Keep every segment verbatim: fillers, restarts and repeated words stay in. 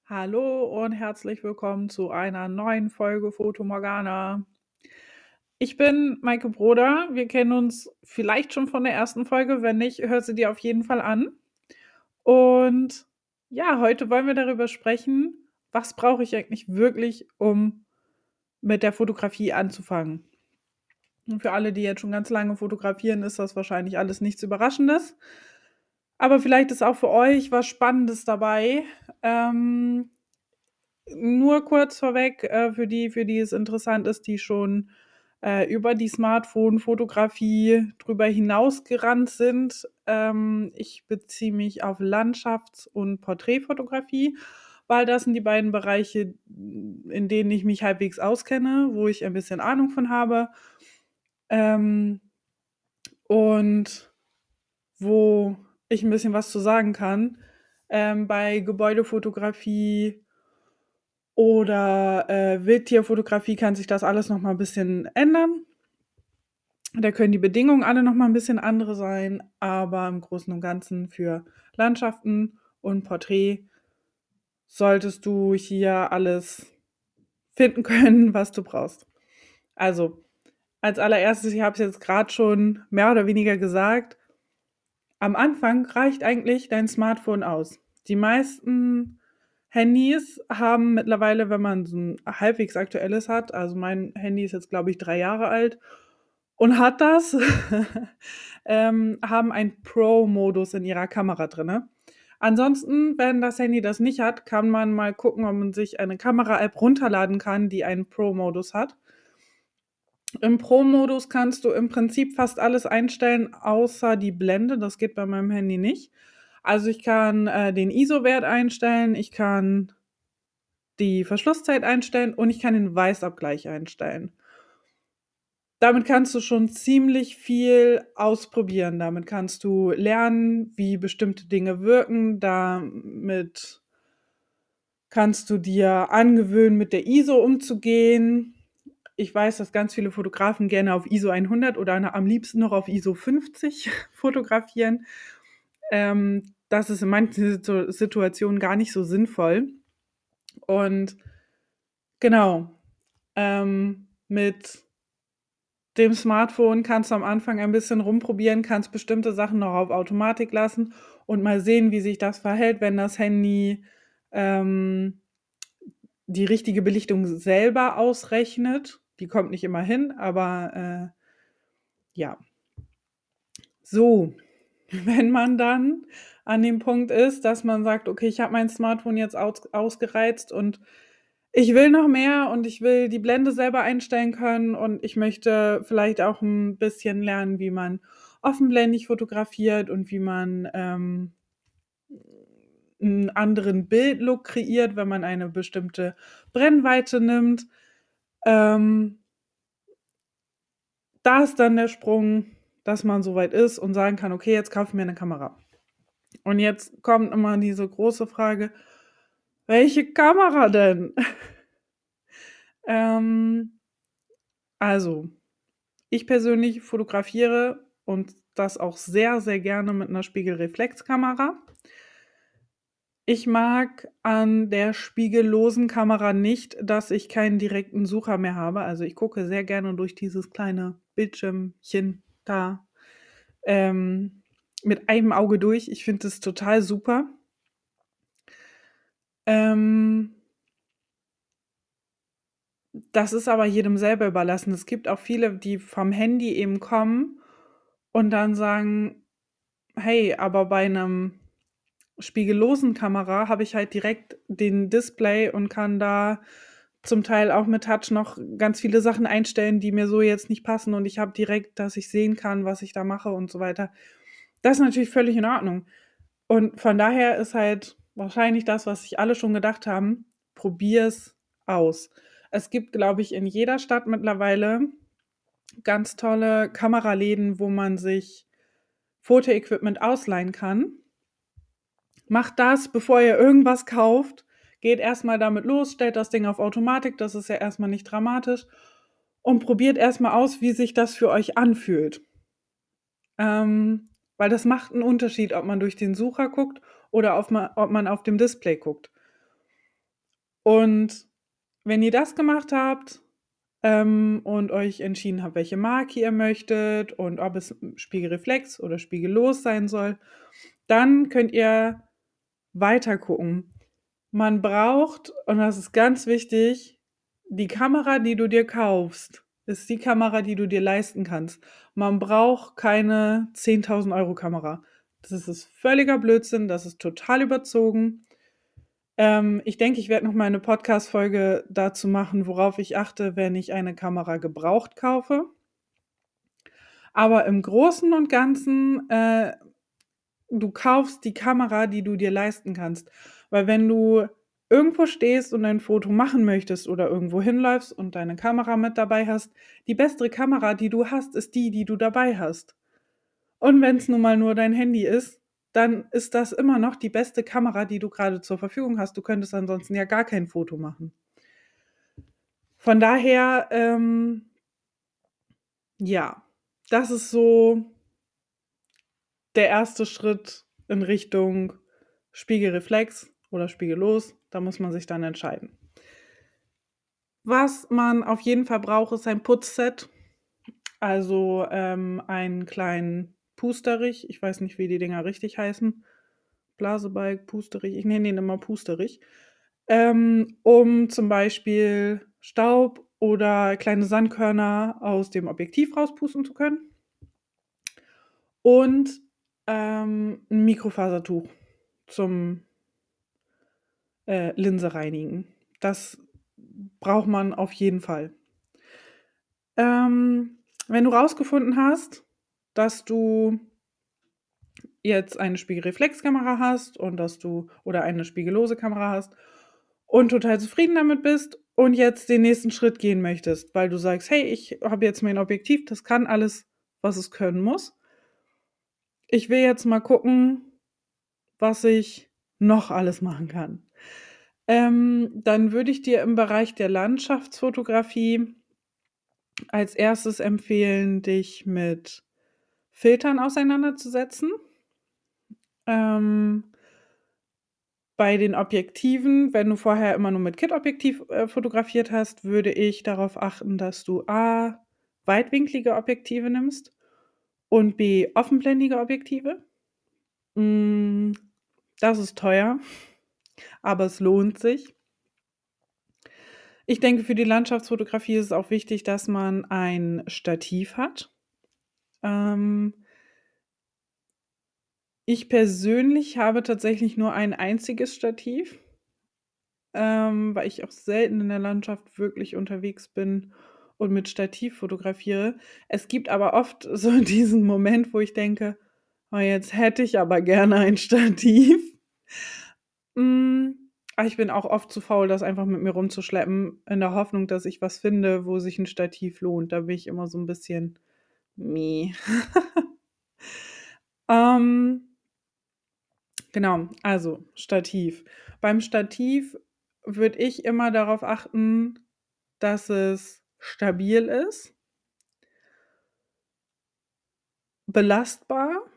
Hallo und herzlich willkommen zu einer neuen Folge Foto Morgana. Ich bin Maike Broder. Wir kennen uns vielleicht schon von der ersten Folge. Wenn nicht, hör sie dir auf jeden Fall an. Und ja, heute wollen wir darüber sprechen, was brauche ich eigentlich wirklich, um mit der Fotografie anzufangen. Und für alle, die jetzt schon ganz lange fotografieren, ist das wahrscheinlich alles nichts Überraschendes. Aber vielleicht ist auch für euch was Spannendes dabei. Ähm, nur kurz vorweg, äh, für die, für die es interessant ist, die schon äh, über die Smartphone-Fotografie drüber hinausgerannt sind. Ähm, ich beziehe mich auf Landschafts- und Porträtfotografie, weil das sind die beiden Bereiche, in denen ich mich halbwegs auskenne, wo ich ein bisschen Ahnung von habe. Ähm, und wo ich ein bisschen was zu sagen kann. Ähm, bei Gebäudefotografie oder äh, Wildtierfotografie kann sich das alles noch mal ein bisschen ändern. Da können die Bedingungen alle noch mal ein bisschen andere sein, aber im Großen und Ganzen für Landschaften und Porträt solltest du hier alles finden können, was du brauchst. Also, als allererstes, ich habe es jetzt gerade schon mehr oder weniger gesagt, am Anfang reicht eigentlich dein Smartphone aus. Die meisten Handys haben mittlerweile, wenn man so ein halbwegs aktuelles hat, also mein Handy ist jetzt, glaube ich, drei Jahre alt und hat das, ähm, haben einen Pro-Modus in ihrer Kamera drinne. Ansonsten, wenn das Handy das nicht hat, kann man mal gucken, ob man sich eine Kamera-App runterladen kann, die einen Pro-Modus hat. Im Pro-Modus kannst du im Prinzip fast alles einstellen, außer die Blende. Das geht bei meinem Handy nicht. Also ich kann äh, den I S O-Wert einstellen, ich kann die Verschlusszeit einstellen und ich kann den Weißabgleich einstellen. Damit kannst du schon ziemlich viel ausprobieren. Damit kannst du lernen, wie bestimmte Dinge wirken. Damit kannst du dir angewöhnen, mit der I S O umzugehen. Ich weiß, dass ganz viele Fotografen gerne auf I S O hundert oder am liebsten noch auf I S O fünfzig fotografieren. Ähm, das ist in manchen Situationen gar nicht so sinnvoll. Und genau, ähm, mit dem Smartphone kannst du am Anfang ein bisschen rumprobieren, kannst bestimmte Sachen noch auf Automatik lassen und mal sehen, wie sich das verhält, wenn das Handy ähm, die richtige Belichtung selber ausrechnet. Die kommt nicht immer hin, aber äh, ja. So, wenn man dann an dem Punkt ist, dass man sagt, okay, ich habe mein Smartphone jetzt aus, ausgereizt und ich will noch mehr und ich will die Blende selber einstellen können und ich möchte vielleicht auch ein bisschen lernen, wie man offenblendig fotografiert und wie man ähm, einen anderen Bildlook kreiert, wenn man eine bestimmte Brennweite nimmt. Ähm, da ist dann der Sprung, dass man soweit ist und sagen kann, okay, jetzt kaufe ich mir eine Kamera. Und jetzt kommt immer diese große Frage, welche Kamera denn? ähm, also, ich persönlich fotografiere und das auch sehr, sehr gerne mit einer Spiegelreflexkamera. Ich mag an der spiegellosen Kamera nicht, dass ich keinen direkten Sucher mehr habe. Also, ich gucke sehr gerne durch dieses kleine Bildschirmchen da, ähm, mit einem Auge durch. Ich finde das total super. Ähm Das ist aber jedem selber überlassen. Es gibt auch viele, die vom Handy eben kommen und dann sagen: „Hey, aber bei 'nem spiegellosen Kamera habe ich halt direkt den Display und kann da zum Teil auch mit Touch noch ganz viele Sachen einstellen, die mir so jetzt nicht passen und ich habe direkt, dass ich sehen kann, was ich da mache und so weiter.“ Das ist natürlich völlig in Ordnung. Und von daher ist halt wahrscheinlich das, was sich alle schon gedacht haben: Probier's aus. Es gibt, glaube ich, in jeder Stadt mittlerweile ganz tolle Kameraläden, wo man sich Fotoequipment ausleihen kann. Macht das, bevor ihr irgendwas kauft. Geht erst mal damit los, stellt das Ding auf Automatik, das ist ja erst mal nicht dramatisch und probiert erst mal aus, wie sich das für euch anfühlt. Ähm, weil das macht 'n Unterschied, ob man durch den Sucher guckt oder auf ma ob man auf dem Display guckt. Und wenn ihr das gemacht habt ähm, und euch entschieden habt, welche Marke ihr möchtet und ob es Spiegelreflex oder spiegellos sein soll, dann könnt ihr weiter gucken. Man braucht, und das ist ganz wichtig, die Kamera, die du dir kaufst, ist die Kamera, die du dir leisten kannst. Man braucht keine zehntausend Euro Kamera. Das ist völliger Blödsinn, das ist total überzogen. Ähm, ich denke, ich werde noch mal eine Podcast-Folge dazu machen, worauf ich achte, wenn ich eine Kamera gebraucht kaufe. Aber im Großen und Ganzen, äh, du kaufst die Kamera, die du dir leisten kannst. Weil wenn du irgendwo stehst und ein Foto machen möchtest oder irgendwo hinläufst und deine Kamera mit dabei hast, die beste Kamera, die du hast, ist die, die du dabei hast. Und wenn es nun mal nur dein Handy ist, dann ist das immer noch die beste Kamera, die du gerade zur Verfügung hast. Du könntest ansonsten ja gar kein Foto machen. Von daher, ähm, ja, das ist so der erste Schritt in Richtung Spiegelreflex oder spiegellos. Da muss man sich dann entscheiden. Was man auf jeden Fall braucht, ist ein Putzset. Also ähm, einen kleinen Pusterich. Ich weiß nicht, wie die Dinger richtig heißen. Blasebalg, Pusterich. Ich nenne den immer Pusterich. Ähm, um zum Beispiel Staub oder kleine Sandkörner aus dem Objektiv rauspusten zu können. Und ähm, ein Mikrofasertuch zum äh, Linse reinigen. Das braucht man auf jeden Fall. Ähm, wenn du rausgefunden hast, dass du jetzt eine Spiegelreflexkamera hast und dass du oder eine spiegellose Kamera hast und total zufrieden damit bist und jetzt den nächsten Schritt gehen möchtest, weil du sagst, hey, ich habe jetzt mein Objektiv, das kann alles, was es können muss. Ich will jetzt mal gucken, was ich noch alles machen kann. Ähm, dann würde ich dir im Bereich der Landschaftsfotografie als erstes empfehlen, dich mit Filtern auseinanderzusetzen. Ähm, bei den Objektiven, wenn du vorher immer nur mit Kit-Objektiv äh, fotografiert hast, würde ich darauf achten, dass du A, weitwinklige Objektive nimmst und B, offenblendige Objektive. Mm, das ist teuer, aber es lohnt sich. Ich denke, für die Landschaftsfotografie ist es auch wichtig, dass man ein Stativ hat. Ähm, ich persönlich habe tatsächlich nur ein einziges Stativ, ähm, weil ich auch selten in der Landschaft wirklich unterwegs bin und mit Stativ fotografiere. Es gibt aber oft so diesen Moment, wo ich denke: „Oh, jetzt hätte ich aber gerne ein Stativ." Hm, aber ich bin auch oft zu faul, das einfach mit mir rumzuschleppen, in der Hoffnung, dass ich was finde, wo sich 'n Stativ lohnt. Da bin ich immer so 'n bisschen: „Me." Ähm, genau, also Stativ. Beim Stativ würde ich immer darauf achten, dass es stabil ist belastbar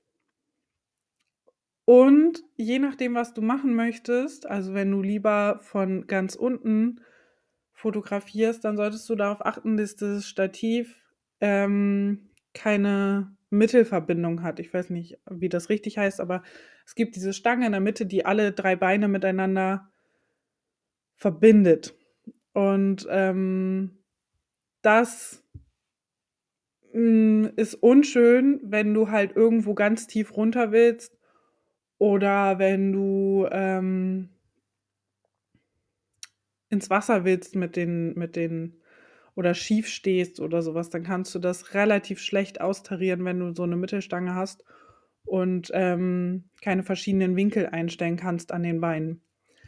und je nachdem, was du machen möchtest, also wenn du lieber von ganz unten fotografierst, dann solltest du darauf achten, dass das Stativ ähm, keine Mittelverbindung hat. Ich weiß nicht, wie das richtig heißt, aber es gibt diese Stange in der Mitte, die alle drei Beine miteinander verbindet. Und ähm, das mm, ist unschön, wenn du halt irgendwo ganz tief runter willst oder wenn du ähm, ins Wasser willst mit den, mit den oder schief stehst oder sowas, dann kannst du das relativ schlecht austarieren, wenn du so eine Mittelstange hast und ähm, keine verschiedenen Winkel einstellen kannst an den Beinen.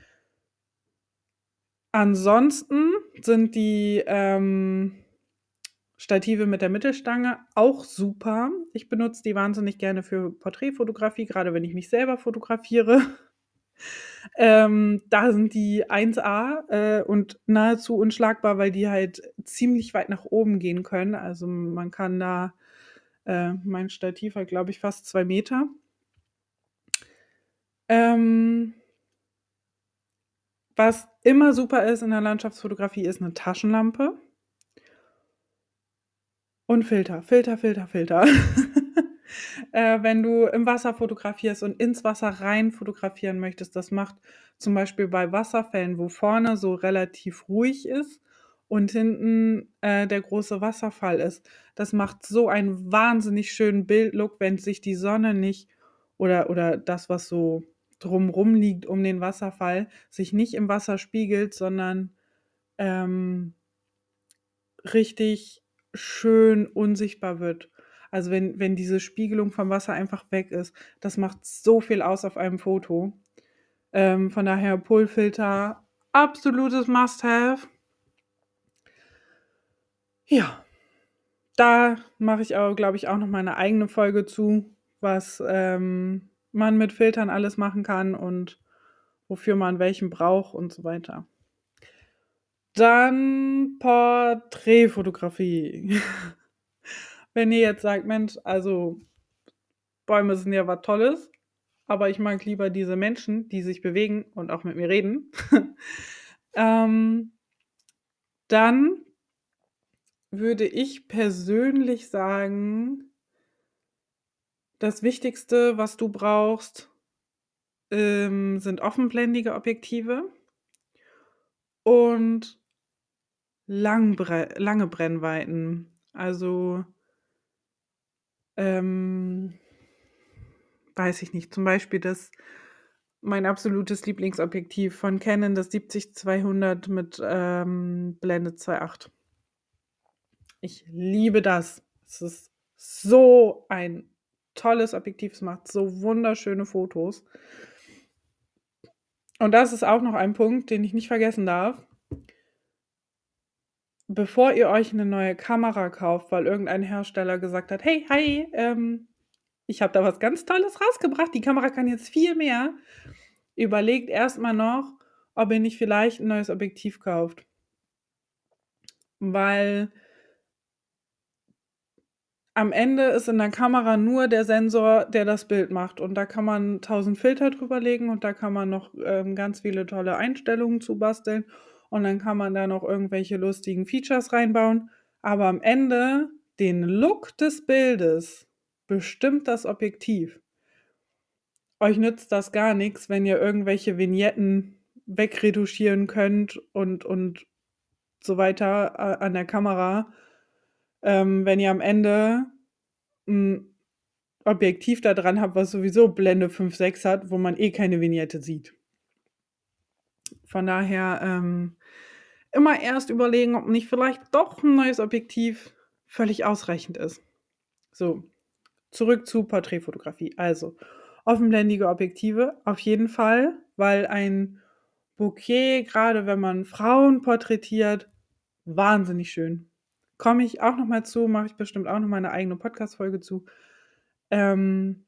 Ansonsten sind die ähm, Stative mit der Mittelstange auch super. Ich benutze die wahnsinnig gerne für Porträtfotografie, gerade wenn ich mich selber fotografiere. Ähm, da sind die eins A äh, und nahezu unschlagbar, weil die halt ziemlich weit nach oben gehen können. Also man kann da, äh, mein Stativ hat, glaube ich, fast zwei Meter. Ähm, Was immer super ist in der Landschaftsfotografie, ist 'ne Taschenlampe. Und Filter, Filter, Filter, Filter. Äh, wenn du im Wasser fotografierst und ins Wasser rein fotografieren möchtest, das macht zum Beispiel bei Wasserfällen, wo vorne so relativ ruhig ist und hinten, äh, der große Wasserfall ist. Das macht so einen wahnsinnig schönen Bildlook, wenn sich die Sonne nicht oder oder das, was so drumrum liegt um den Wasserfall, sich nicht im Wasser spiegelt, sondern, ähm richtig schön unsichtbar wird. Also, wenn wenn diese Spiegelung vom Wasser einfach weg ist, das macht so viel aus auf einem Foto. Ähm, von daher Polfilter, absolutes Must-have. Ja, da mache ich auch, glaube ich, auch noch mal 'ne eigene Folge zu, was, ähm, man mit Filtern alles machen kann und wofür man welchen braucht und so weiter. Dann Porträtfotografie. Wenn ihr jetzt sagt: „Mensch, also Bäume sind ja was Tolles, aber ich mag lieber diese Menschen, die sich bewegen und auch mit mir reden." Ähm dann würde ich persönlich sagen das Wichtigste, was du brauchst, ähm, sind offenblendige Objektive und Langbre lange Brennweiten. Also ähm weiß ich nicht, zum Beispiel das mein absolutes Lieblingsobjektiv von Canon, das siebzig zweihundert mit, ähm, Blende zwei Komma acht. Ich liebe das. Es ist so ein tolles Objektiv. Es macht so wunderschöne Fotos. Und das ist auch noch ein Punkt, den ich nicht vergessen darf. Bevor ihr euch 'ne neue Kamera kauft, weil irgendein Hersteller gesagt hat: „Hey, hi, ähm, ich habe da was ganz Tolles rausgebracht. Die Kamera kann jetzt viel mehr." Überlegt erst mal noch, ob ihr nicht vielleicht 'n neues Objektiv kauft. Weil am Ende ist in der Kamera nur der Sensor, der das Bild macht. Und da kann man tausend Filter drüber legen und da kann man noch, ähm, ganz viele tolle Einstellungen zu basteln. Und dann kann man da noch irgendwelche lustigen Features reinbauen. Aber am Ende, den Look des Bildes bestimmt das Objektiv. Euch nützt das gar nix, wenn ihr irgendwelche Vignetten wegretuschieren könnt und und so weiter a an der Kamera, ähm, wenn ihr am Ende 'n Objektiv da dran habt, was sowieso Blende fünf, sechs hat, wo man eh keine Vignette sieht. Von daher, ähm, immer erst überlegen, ob nicht vielleicht doch 'n neues Objektiv völlig ausreichend ist. So, zurück zu Porträtfotografie. Also, offenblendige Objektive auf jeden Fall, weil ein Bouquet, grade wenn man Frauen porträtiert, wahnsinnig schön. Komme ich auch noch mal zu, mache ich bestimmt auch noch mal 'ne eigene Podcast-Folge zu. Ähm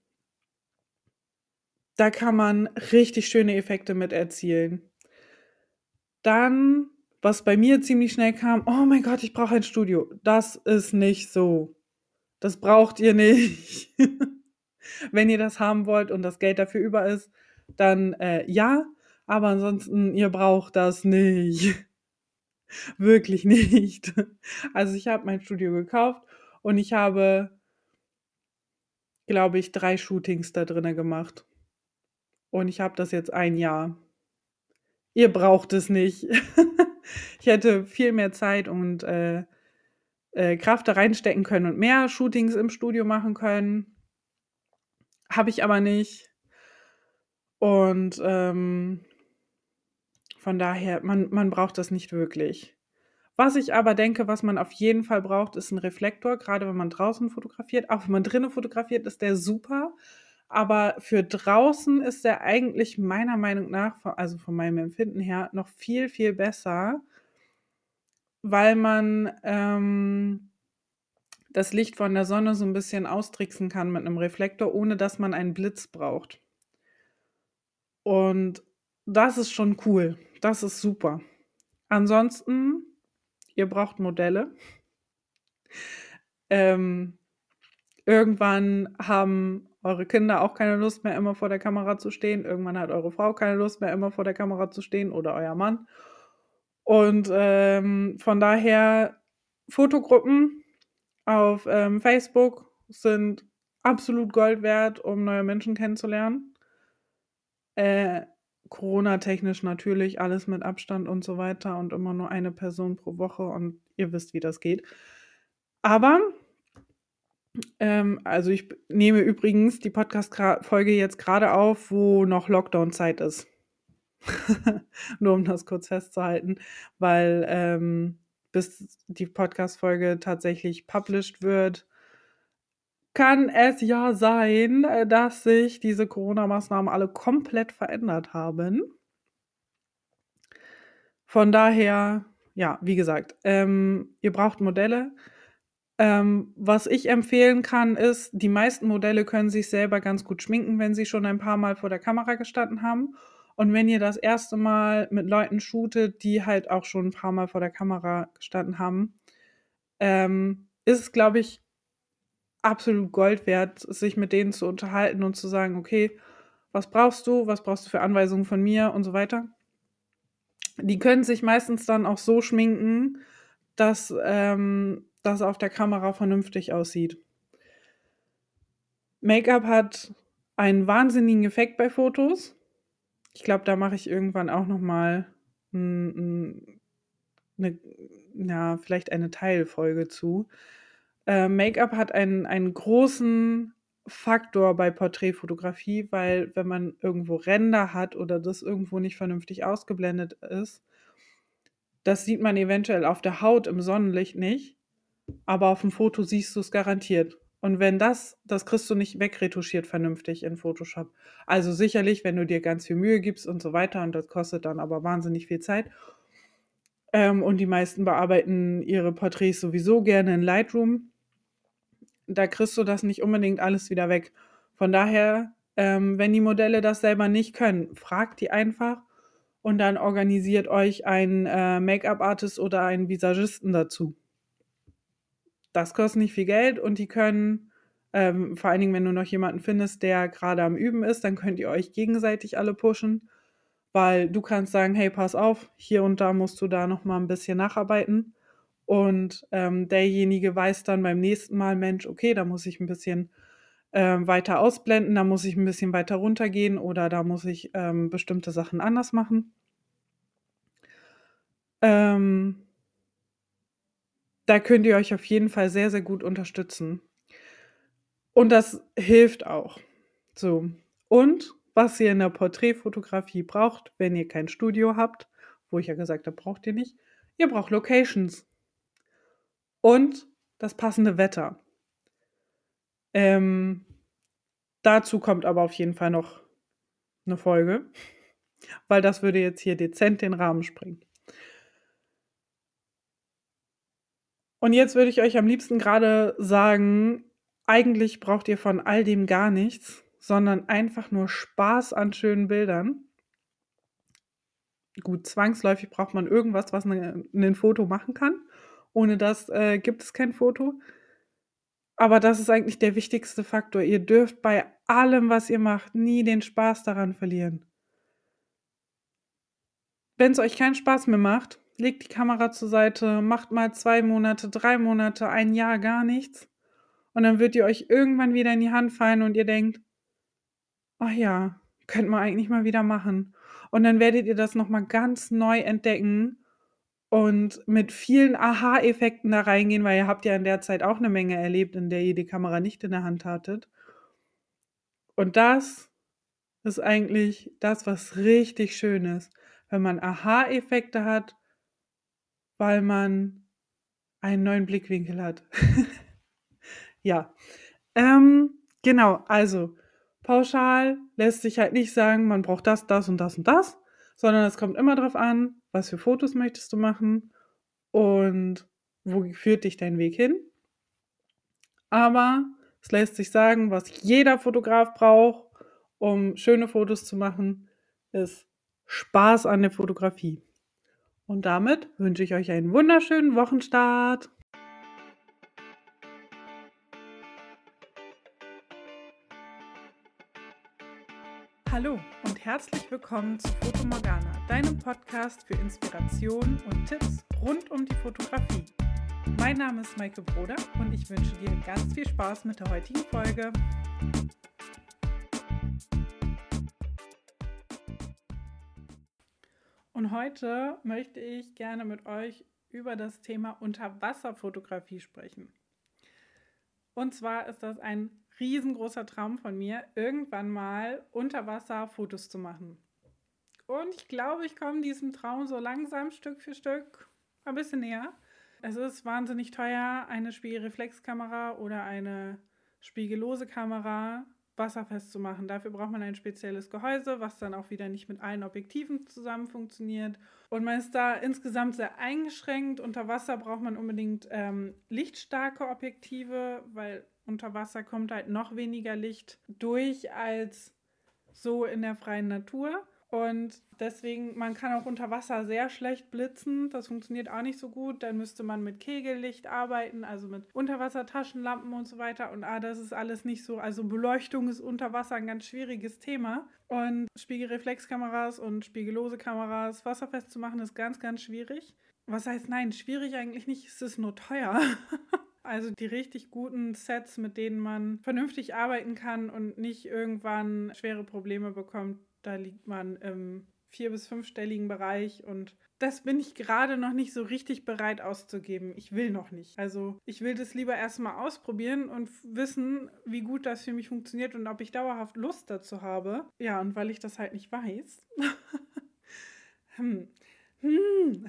da kann man richtig schöne Effekte mit erzielen. Dann, was bei mir ziemlich schnell kam: „Oh mein Gott, ich brauche ein Studio." Das ist nicht so. Das braucht ihr nicht. Wenn ihr das haben wollt und das Geld dafür über ist, dann, äh, ja, aber ansonsten, ihr braucht das nicht. Wirklich nicht. Also, ich habe mein Studio gekauft und ich habe glaube ich, drei Shootings da drinnen gemacht. Und ich habe das jetzt ein Jahr. Ihr braucht es nicht. Ich hätte viel mehr Zeit und, äh, äh, Kraft da reinstecken können und mehr Shootings im Studio machen können. Habe ich aber nicht. Und, ähm von daher, man man braucht das nicht wirklich. Was ich aber denke, was man auf jeden Fall braucht, ist 'n Reflektor, grade wenn man draußen fotografiert. Auch wenn man drinnen fotografiert, ist der super. Aber für draußen ist der eigentlich meiner Meinung nach, v also von meinem Empfinden her, noch viel, viel besser weil man, ähm, das Licht von der Sonne so 'n bisschen austricksen kann mit 'nem Reflektor, ohne dass man einen Blitz braucht. Und das ist schon cool. Das ist super. Ansonsten, ihr braucht Modelle. Ähm, irgendwann haben eure Kinder auch keine Lust mehr, immer vor der Kamera zu stehen. Irgendwann hat eure Frau keine Lust mehr, immer vor der Kamera zu stehen oder euer Mann. Und ähm, von daher, Fotogruppen auf ähm, Facebook sind absolut Gold wert, um neue Menschen kennenzulernen. Äh, Corona-technisch natürlich, alles mit Abstand und so weiter und immer nur eine Person pro Woche und ihr wisst, wie das geht. Aber, ähm, also ich b- nehme übrigens die Podcast-Folge jetzt gerade auf, wo noch Lockdown-Zeit ist. Nur um das kurz festzuhalten, weil ähm, bis die Podcast-Folge tatsächlich published wird, kann es ja sein, äh, dass sich diese Corona-Maßnahmen alle komplett verändert haben. Von daher, ja, wie gesagt, ähm, ihr braucht Modelle. Ähm, was ich empfehlen kann, ist, die meisten Modelle können sich selber ganz gut schminken, wenn sie schon ein paar Mal vor der Kamera gestanden haben. Und wenn ihr das erste Mal mit Leuten shootet, die halt auch schon ein paar Mal vor der Kamera gestanden haben, ähm, ist es, glaube ich, absolut Gold wert, sich mit denen zu unterhalten und zu sagen, okay, was brauchst du, was brauchst du für Anweisungen von mir und so weiter. Die können sich meistens dann auch so schminken, dass ähm, das auf der Kamera vernünftig aussieht. Make-up hat einen wahnsinnigen Effekt bei Fotos. Ich glaube, da mache ich irgendwann auch noch mal n, n, ne, ja, vielleicht eine Teilfolge zu. Äh, Make-up hat einen, einen großen Faktor bei Porträtfotografie, weil wenn man irgendwo Ränder hat oder das irgendwo nicht vernünftig ausgeblendet ist, das sieht man eventuell auf der Haut im Sonnenlicht nicht, aber auf dem Foto siehst du es garantiert. Und wenn das, das kriegst du nicht wegretuschiert vernünftig in Photoshop. Also sicherlich, wenn du dir ganz viel Mühe gibst und so weiter, und das kostet dann aber wahnsinnig viel Zeit. Ähm, und die meisten bearbeiten ihre Porträts sowieso gerne in Lightroom. Da kriegst du das nicht unbedingt alles wieder weg. Von daher, ähm, wenn die Modelle das selber nicht können, fragt die einfach und dann organisiert euch ein äh, Make-up-Artist oder einen Visagisten dazu. Das kostet nicht viel Geld und die können, ähm, vor allen Dingen, wenn du noch jemanden findest, der gerade am Üben ist, dann könnt ihr euch gegenseitig alle pushen, weil du kannst sagen, hey, pass auf, hier und da musst du da noch mal ein bisschen nacharbeiten. Und ähm, derjenige weiß dann beim nächsten Mal, Mensch, okay, da muss ich ein bisschen ähm, weiter ausblenden, da muss ich ein bisschen weiter runtergehen oder da muss ich ähm, bestimmte Sachen anders machen. Ähm, Da könnt ihr euch auf jeden Fall sehr, sehr gut unterstützen. Und das hilft auch. So. Und was ihr in der Porträtfotografie braucht, wenn ihr kein Studio habt, wo ich ja gesagt habe, braucht ihr nicht, ihr braucht Locations und das passende Wetter. Ähm, dazu kommt aber auf jeden Fall noch eine Folge, weil das würde jetzt hier dezent den Rahmen sprengen. Und jetzt würde ich euch am liebsten gerade sagen, eigentlich braucht ihr von all dem gar nichts, sondern einfach nur Spaß an schönen Bildern. Gut, zwangsläufig braucht man irgendwas, was ne 'nen Foto machen kann. Ohne das, äh, gibt es kein Foto. Aber das ist eigentlich der wichtigste Faktor. Ihr dürft bei allem, was ihr macht, nie den Spaß daran verlieren. Wenn's euch keinen Spaß mehr macht, legt die Kamera zur Seite, macht mal zwei Monate, drei Monate, ein Jahr gar nichts und dann wird die euch irgendwann wieder in die Hand fallen und ihr denkt: „Ach ja, könnte man eigentlich mal wieder machen.“ Und dann werdet ihr das noch mal ganz neu entdecken und mit vielen Aha-Effekten da reingehen, weil ihr habt ja in der Zeit auch 'ne Menge erlebt, in der ihr die Kamera nicht in der Hand hattet. Und das ist eigentlich das, was richtig schön ist, wenn man Aha-Effekte hat, weil man einen neuen Blickwinkel hat. Ja, ähm, genau, also pauschal lässt sich halt nicht sagen, man braucht das, das und das und das, sondern es kommt immer drauf an, was für Fotos möchtest du machen und wo führt dich dein Weg hin. Aber es lässt sich sagen, was jeder Fotograf braucht, um schöne Fotos zu machen, ist Spaß an der Fotografie. Und damit wünsche ich euch einen wunderschönen Wochenstart. Hallo und herzlich willkommen zu Foto Morgana, deinem Podcast für Inspiration und Tipps rund um die Fotografie. Mein Name ist Maike Broder und ich wünsche dir ganz viel Spaß mit der heutigen Folge. Und heute möchte ich gerne mit euch über das Thema Unterwasserfotografie sprechen. Und zwar ist das ein riesengroßer Traum von mir, irgendwann mal unter Wasser Fotos zu machen. Und ich glaube, ich komme diesem Traum so langsam Stück für Stück ein bisschen näher. Es ist wahnsinnig teuer, eine Spiegelreflexkamera oder eine spiegellose Kamera wasserfest zu machen. Dafür braucht man ein spezielles Gehäuse, was dann auch wieder nicht mit allen Objektiven zusammen funktioniert. Und man ist da insgesamt sehr eingeschränkt. Unter Wasser braucht man unbedingt ähm, lichtstarke Objektive, weil unter Wasser kommt halt noch weniger Licht durch als so in der freien Natur. Und deswegen, man kann auch unter Wasser sehr schlecht blitzen. Das funktioniert auch nicht so gut. Dann müsste man mit Kegellicht arbeiten, also mit Unterwassertaschenlampen und so weiter. Und ah, das ist alles nicht so. Also Beleuchtung ist unter Wasser ein ganz schwieriges Thema. Und Spiegelreflexkameras und spiegellose Kameras wasserfest zu machen, ist ganz, ganz schwierig. Was heißt nein? Schwierig eigentlich nicht, es ist nur teuer. Also die richtig guten Sets, mit denen man vernünftig arbeiten kann und nicht irgendwann schwere Probleme bekommt, da liegt man im vier- bis fünfstelligen Bereich und das bin ich gerade noch nicht so richtig bereit auszugeben. Ich will noch nicht. Also ich will das lieber erstmal ausprobieren und wissen, wie gut das für mich funktioniert und ob ich dauerhaft Lust dazu habe. Ja, und weil ich das halt nicht weiß. hm. Hm.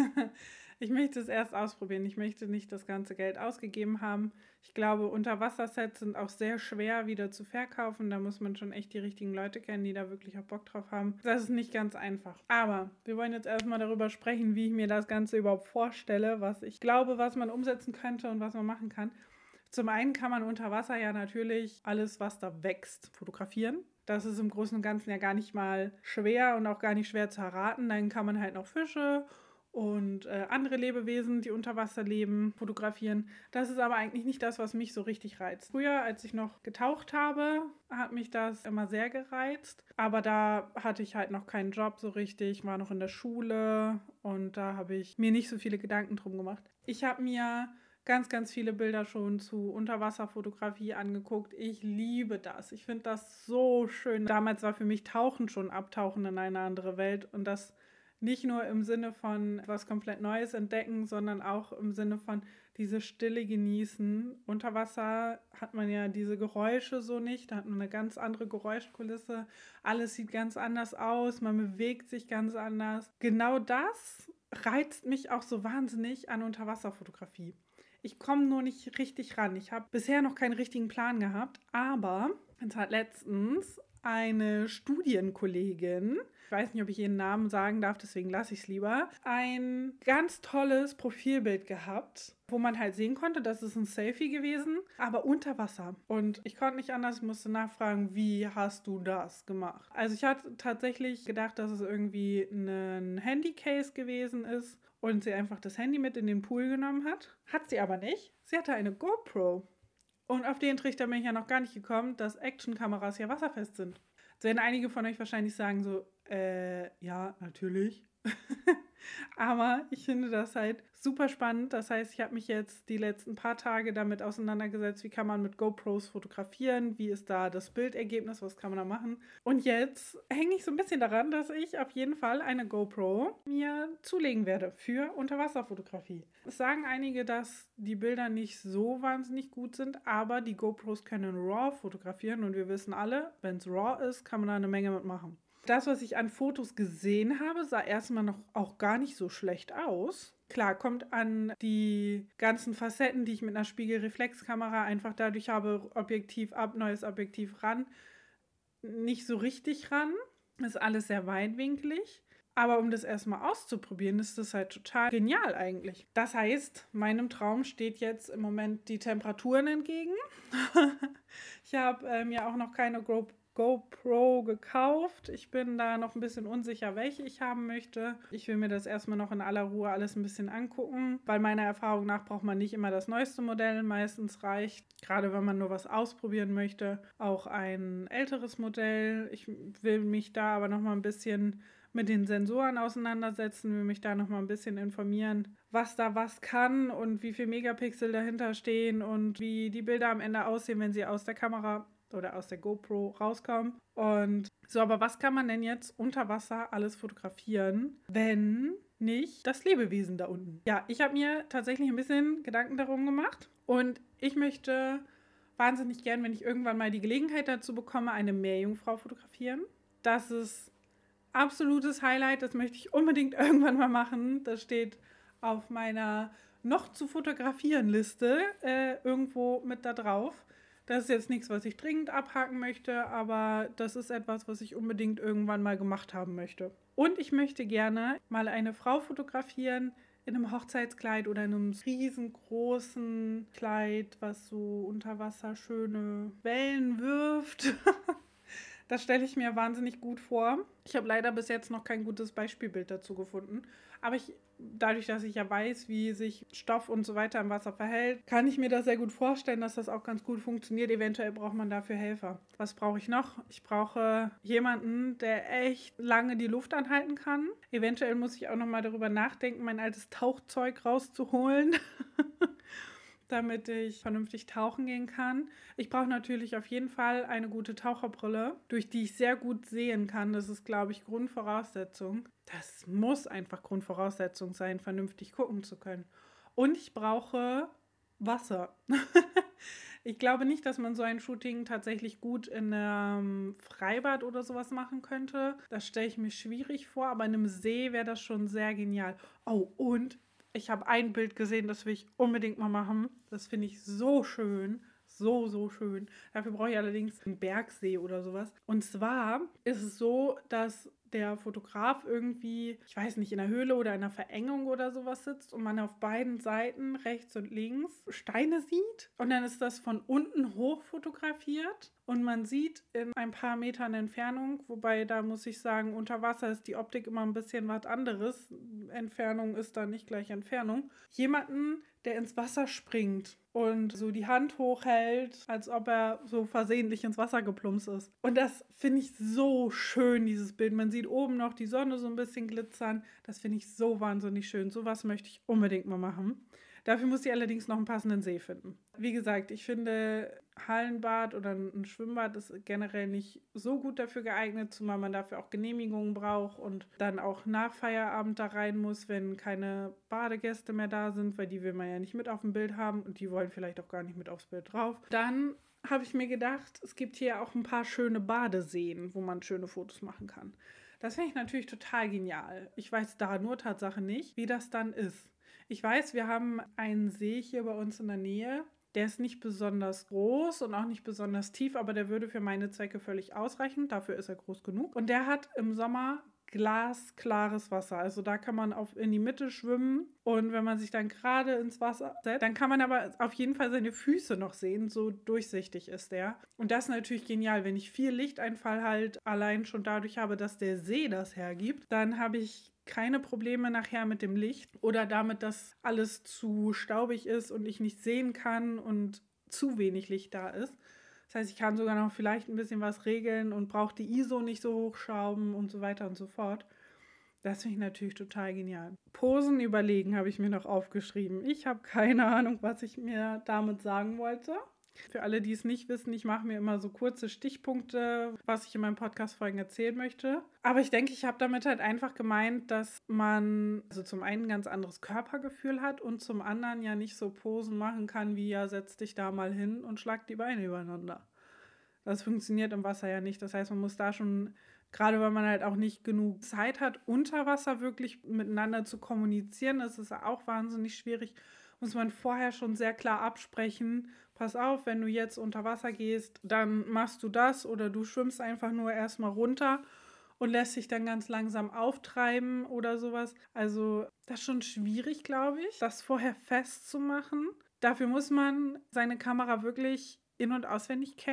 Ich möchte es erst ausprobieren. Ich möchte nicht das ganze Geld ausgegeben haben. Ich glaube, Unterwassersets sind auch sehr schwer wieder zu verkaufen. Da muss man schon echt die richtigen Leute kennen, die da wirklich auch Bock drauf haben. Das ist nicht ganz einfach. Aber wir wollen jetzt erstmal darüber sprechen, wie ich mir das Ganze überhaupt vorstelle, was ich glaube, was man umsetzen könnte und was man machen kann. Zum einen kann man unter Wasser ja natürlich alles, was da wächst, fotografieren. Das ist im Großen und Ganzen ja gar nicht mal schwer und auch gar nicht schwer zu erraten. Dann kann man halt noch Fische und äh, andere Lebewesen, die unter Wasser leben, fotografieren. Das ist aber eigentlich nicht das, was mich so richtig reizt. Früher, als ich noch getaucht habe, hat mich das immer sehr gereizt. Aber da hatte ich halt noch keinen Job so richtig, war noch in der Schule und da habe ich mir nicht so viele Gedanken drum gemacht. Ich habe mir ganz, ganz viele Bilder schon zu Unterwasserfotografie angeguckt. Ich liebe das. Ich finde das so schön. Damals war für mich Tauchen schon Abtauchen in eine andere Welt und das nicht nur im Sinne von was komplett Neues entdecken, sondern auch im Sinne von diese Stille genießen. Unter Wasser hat man ja diese Geräusche so nicht, da hat man eine ganz andere Geräuschkulisse. Alles sieht ganz anders aus, man bewegt sich ganz anders. Genau das reizt mich auch so wahnsinnig an Unterwasserfotografie. Ich komme nur nicht richtig ran. Ich habe bisher noch keinen richtigen Plan gehabt, aber es hat letztens eine Studienkollegin, ich weiß nicht, ob ich ihren Namen sagen darf, deswegen lasse ich es lieber, ein ganz tolles Profilbild gehabt, wo man halt sehen konnte, das ist ein Selfie gewesen, aber unter Wasser. Und ich konnte nicht anders, musste nachfragen, wie hast du das gemacht? Also ich hatte tatsächlich gedacht, dass es irgendwie ein Handycase gewesen ist und sie einfach das Handy mit in den Pool genommen hat. Hat sie aber nicht. Sie hatte eine GoPro. Und auf den Trichter bin ich ja noch gar nicht gekommen, dass Actionkameras ja wasserfest sind. Jetzt werden einige von euch wahrscheinlich sagen so, äh, ja, natürlich. Aber ich finde das halt super spannend. Das heißt, ich habe mich jetzt die letzten paar Tage damit auseinandergesetzt, wie kann man mit GoPros fotografieren, wie ist da das Bildergebnis, was kann man da machen. Und jetzt hänge ich so ein bisschen daran, dass ich auf jeden Fall eine GoPro mir zulegen werde für Unterwasserfotografie. Es sagen einige, dass die Bilder nicht so wahnsinnig gut sind, aber die GoPros können RAW fotografieren und wir wissen alle, wenn es RAW ist, kann man da eine Menge mitmachen. Das, was ich an Fotos gesehen habe, sah erstmal noch auch gar nicht so schlecht aus. Klar, kommt an die ganzen Facetten, die ich mit einer Spiegelreflexkamera einfach dadurch habe, Objektiv ab, neues Objektiv ran, nicht so richtig ran. Ist alles sehr weitwinklig. Aber um das erstmal auszuprobieren, ist das halt total genial eigentlich. Das heißt, meinem Traum steht jetzt im Moment die Temperaturen entgegen. Ich habe ähm, ja auch noch keine Go- GoPro gekauft. Ich bin da noch ein bisschen unsicher, welche ich haben möchte. Ich will mir das erstmal noch in aller Ruhe alles ein bisschen angucken, weil meiner Erfahrung nach braucht man nicht immer das neueste Modell. Meistens reicht, gerade wenn man nur was ausprobieren möchte, auch ein älteres Modell. Ich will mich da aber noch mal ein bisschen mit den Sensoren auseinandersetzen, will mich da noch mal ein bisschen informieren, was da was kann und wie viele Megapixel dahinter stehen und wie die Bilder am Ende aussehen, wenn sie aus der Kamera oder aus der GoPro rauskommen. Und so, aber was kann man denn jetzt unter Wasser alles fotografieren, wenn nicht das Lebewesen da unten? Ja, ich habe mir tatsächlich ein bisschen Gedanken darum gemacht und ich möchte wahnsinnig gern, wenn ich irgendwann mal die Gelegenheit dazu bekomme, eine Meerjungfrau fotografieren. Das ist absolutes Highlight, das möchte ich unbedingt irgendwann mal machen. Das steht auf meiner noch zu fotografieren Liste äh, irgendwo mit da drauf. Das ist jetzt nichts, was ich dringend abhaken möchte, aber das ist etwas, was ich unbedingt irgendwann mal gemacht haben möchte. Und ich möchte gerne mal eine Frau fotografieren in einem Hochzeitskleid oder in einem riesengroßen Kleid, was so unter Wasser schöne Wellen wirft. Das stelle ich mir wahnsinnig gut vor. Ich habe leider bis jetzt noch kein gutes Beispielbild dazu gefunden. Aber ich, dadurch, dass ich ja weiß, wie sich Stoff und so weiter im Wasser verhält, kann ich mir das sehr gut vorstellen, dass das auch ganz gut funktioniert. Eventuell braucht man dafür Helfer. Was brauche ich noch? Ich brauche jemanden, der echt lange die Luft anhalten kann. Eventuell muss ich auch noch mal darüber nachdenken, mein altes Tauchzeug rauszuholen. Damit ich vernünftig tauchen gehen kann. Ich brauche natürlich auf jeden Fall eine gute Taucherbrille, durch die ich sehr gut sehen kann. Das ist, glaube ich, Grundvoraussetzung. Das muss einfach Grundvoraussetzung sein, vernünftig gucken zu können. Und ich brauche Wasser. Ich glaube nicht, dass man so ein Shooting tatsächlich gut in einem Freibad oder sowas machen könnte. Das stelle ich mir schwierig vor, aber in einem See wäre das schon sehr genial. Oh, und ich habe ein Bild gesehen, das will ich unbedingt mal machen. Das finde ich so schön. So, so schön. Dafür brauche ich allerdings einen Bergsee oder sowas. Und zwar ist es so, dass der Fotograf irgendwie, ich weiß nicht, in einer Höhle oder in einer Verengung oder sowas sitzt und man auf beiden Seiten, rechts und links, Steine sieht. Und dann ist das von unten hoch fotografiert. Und man sieht in ein paar Metern Entfernung, wobei da muss ich sagen, unter Wasser ist die Optik immer ein bisschen was anderes. Entfernung ist da nicht gleich Entfernung. Jemanden, der ins Wasser springt und so die Hand hochhält, als ob er so versehentlich ins Wasser geplumpst ist. Und das finde ich so schön, dieses Bild. Man sieht oben noch die Sonne so ein bisschen glitzern. Das finde ich so wahnsinnig schön. Sowas möchte ich unbedingt mal machen. Dafür muss ich allerdings noch einen passenden See finden. Wie gesagt, ich finde, Hallenbad oder ein Schwimmbad ist generell nicht so gut dafür geeignet, zumal man dafür auch Genehmigungen braucht und dann auch nach Feierabend da rein muss, wenn keine Badegäste mehr da sind, weil die will man ja nicht mit auf dem Bild haben und die wollen vielleicht auch gar nicht mit aufs Bild drauf. Dann habe ich mir gedacht, es gibt hier auch ein paar schöne Badeseen, wo man schöne Fotos machen kann. Das finde ich natürlich total genial. Ich weiß da nur Tatsache nicht, wie das dann ist. Ich weiß, wir haben einen See hier bei uns in der Nähe. Der ist nicht besonders groß und auch nicht besonders tief, aber der würde für meine Zwecke völlig ausreichen. Dafür ist er groß genug. Und der hat im Sommer glasklares Wasser. Also da kann man auf, in die Mitte schwimmen und wenn man sich dann gerade ins Wasser setzt, dann kann man aber auf jeden Fall seine Füße noch sehen. So durchsichtig ist der. Und das ist natürlich genial. Wenn ich viel Lichteinfall halt allein schon dadurch habe, dass der See das hergibt, dann habe ich keine Probleme nachher mit dem Licht oder damit, dass alles zu staubig ist und ich nicht sehen kann und zu wenig Licht da ist. Das heißt, ich kann sogar noch vielleicht ein bisschen was regeln und brauche die I S O nicht so hochschrauben und so weiter und so fort. Das finde ich natürlich total genial. Posen überlegen habe ich mir noch aufgeschrieben. Ich habe keine Ahnung, was ich mir damit sagen wollte. Für alle, die es nicht wissen, ich mache mir immer so kurze Stichpunkte, was ich in meinen Podcast-Folgen erzählen möchte. Aber ich denke, ich habe damit halt einfach gemeint, dass man also zum einen ein ganz anderes Körpergefühl hat und zum anderen ja nicht so Posen machen kann, wie ja, setz dich da mal hin und schlag die Beine übereinander. Das funktioniert im Wasser ja nicht. Das heißt, man muss da schon, gerade weil man halt auch nicht genug Zeit hat, unter Wasser wirklich miteinander zu kommunizieren, das ist auch wahnsinnig schwierig, muss man vorher schon sehr klar absprechen, pass auf, wenn du jetzt unter Wasser gehst, dann machst du das oder du schwimmst einfach nur erstmal runter und lässt dich dann ganz langsam auftreiben oder sowas. Also das ist schon schwierig, glaube ich, das vorher festzumachen. Dafür muss man seine Kamera wirklich in- und auswendig kennen.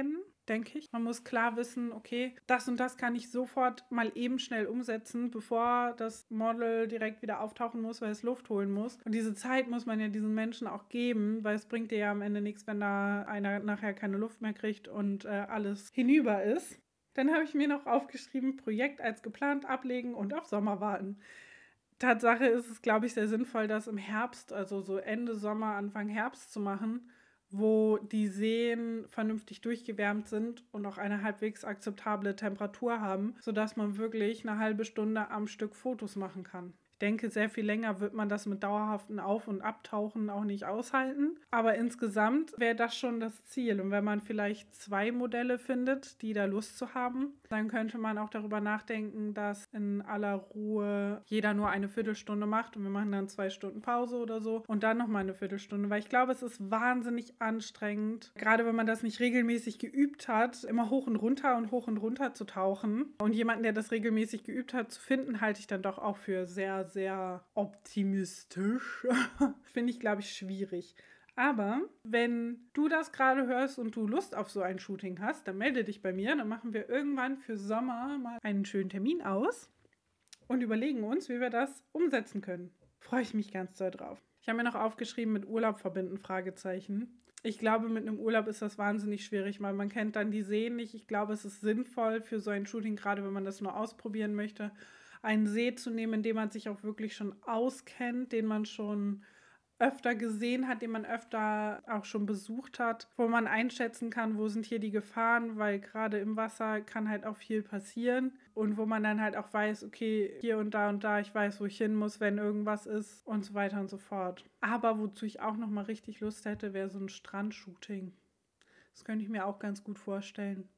denke ich. Man muss klar wissen, okay, das und das kann ich sofort mal eben schnell umsetzen, bevor das Model direkt wieder auftauchen muss, weil es Luft holen muss. Und diese Zeit muss man ja diesen Menschen auch geben, weil es bringt dir ja am Ende nichts, wenn da einer nachher keine Luft mehr kriegt und äh, alles hinüber ist. Dann habe ich mir noch aufgeschrieben, Projekt als geplant ablegen und auf Sommer warten. Tatsache ist es, glaube ich, sehr sinnvoll, das im Herbst, also so Ende Sommer, Anfang Herbst zu machen, wo die Seen vernünftig durchgewärmt sind und auch eine halbwegs akzeptable Temperatur haben, sodass man wirklich eine halbe Stunde am Stück Fotos machen kann. Ich denke, sehr viel länger wird man das mit dauerhaften Auf- und Abtauchen auch nicht aushalten. Aber insgesamt wäre das schon das Ziel. Und wenn man vielleicht zwei Modelle findet, die da Lust zu haben, dann könnte man auch darüber nachdenken, dass in aller Ruhe jeder nur eine Viertelstunde macht und wir machen dann zwei Stunden Pause oder so und dann nochmal eine Viertelstunde. Weil ich glaube, es ist wahnsinnig anstrengend, gerade wenn man das nicht regelmäßig geübt hat, immer hoch und runter und hoch und runter zu tauchen. Und jemanden, der das regelmäßig geübt hat, zu finden, halte ich dann doch auch für sehr sehr optimistisch. Finde ich, glaube ich, schwierig. Aber wenn du das gerade hörst und du Lust auf so ein Shooting hast, dann melde dich bei mir. Dann machen wir irgendwann für Sommer mal einen schönen Termin aus und überlegen uns, wie wir das umsetzen können. Freue ich mich ganz doll drauf. Ich habe mir noch aufgeschrieben, mit Urlaub verbinden, Fragezeichen. Ich glaube, mit einem Urlaub ist das wahnsinnig schwierig, weil man kennt dann die Seen nicht. Ich glaube, es ist sinnvoll für so ein Shooting, gerade wenn man das nur ausprobieren möchte, einen See zu nehmen, in dem man sich auch wirklich schon auskennt, den man schon öfter gesehen hat, den man öfter auch schon besucht hat, wo man einschätzen kann, wo sind hier die Gefahren, weil gerade im Wasser kann halt auch viel passieren und wo man dann halt auch weiß, okay, hier und da und da, ich weiß, wo ich hin muss, wenn irgendwas ist und so weiter und so fort. Aber wozu ich auch nochmal richtig Lust hätte, wäre so ein Strandshooting. Das könnte ich mir auch ganz gut vorstellen.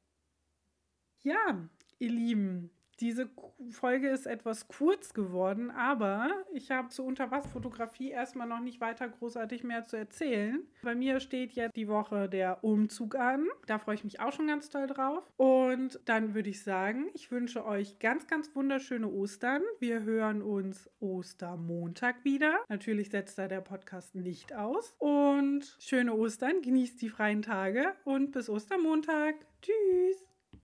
Ja, ihr Lieben, diese Folge ist etwas kurz geworden, aber ich habe zur Unterwasserfotografie erstmal noch nicht weiter großartig mehr zu erzählen. Bei mir steht jetzt die Woche der Umzug an. Da freue ich mich auch schon ganz toll drauf. Und dann würde ich sagen, ich wünsche euch ganz, ganz wunderschöne Ostern. Wir hören uns Ostermontag wieder. Natürlich setzt da der Podcast nicht aus. Und schöne Ostern, genießt die freien Tage und bis Ostermontag. Tschüss!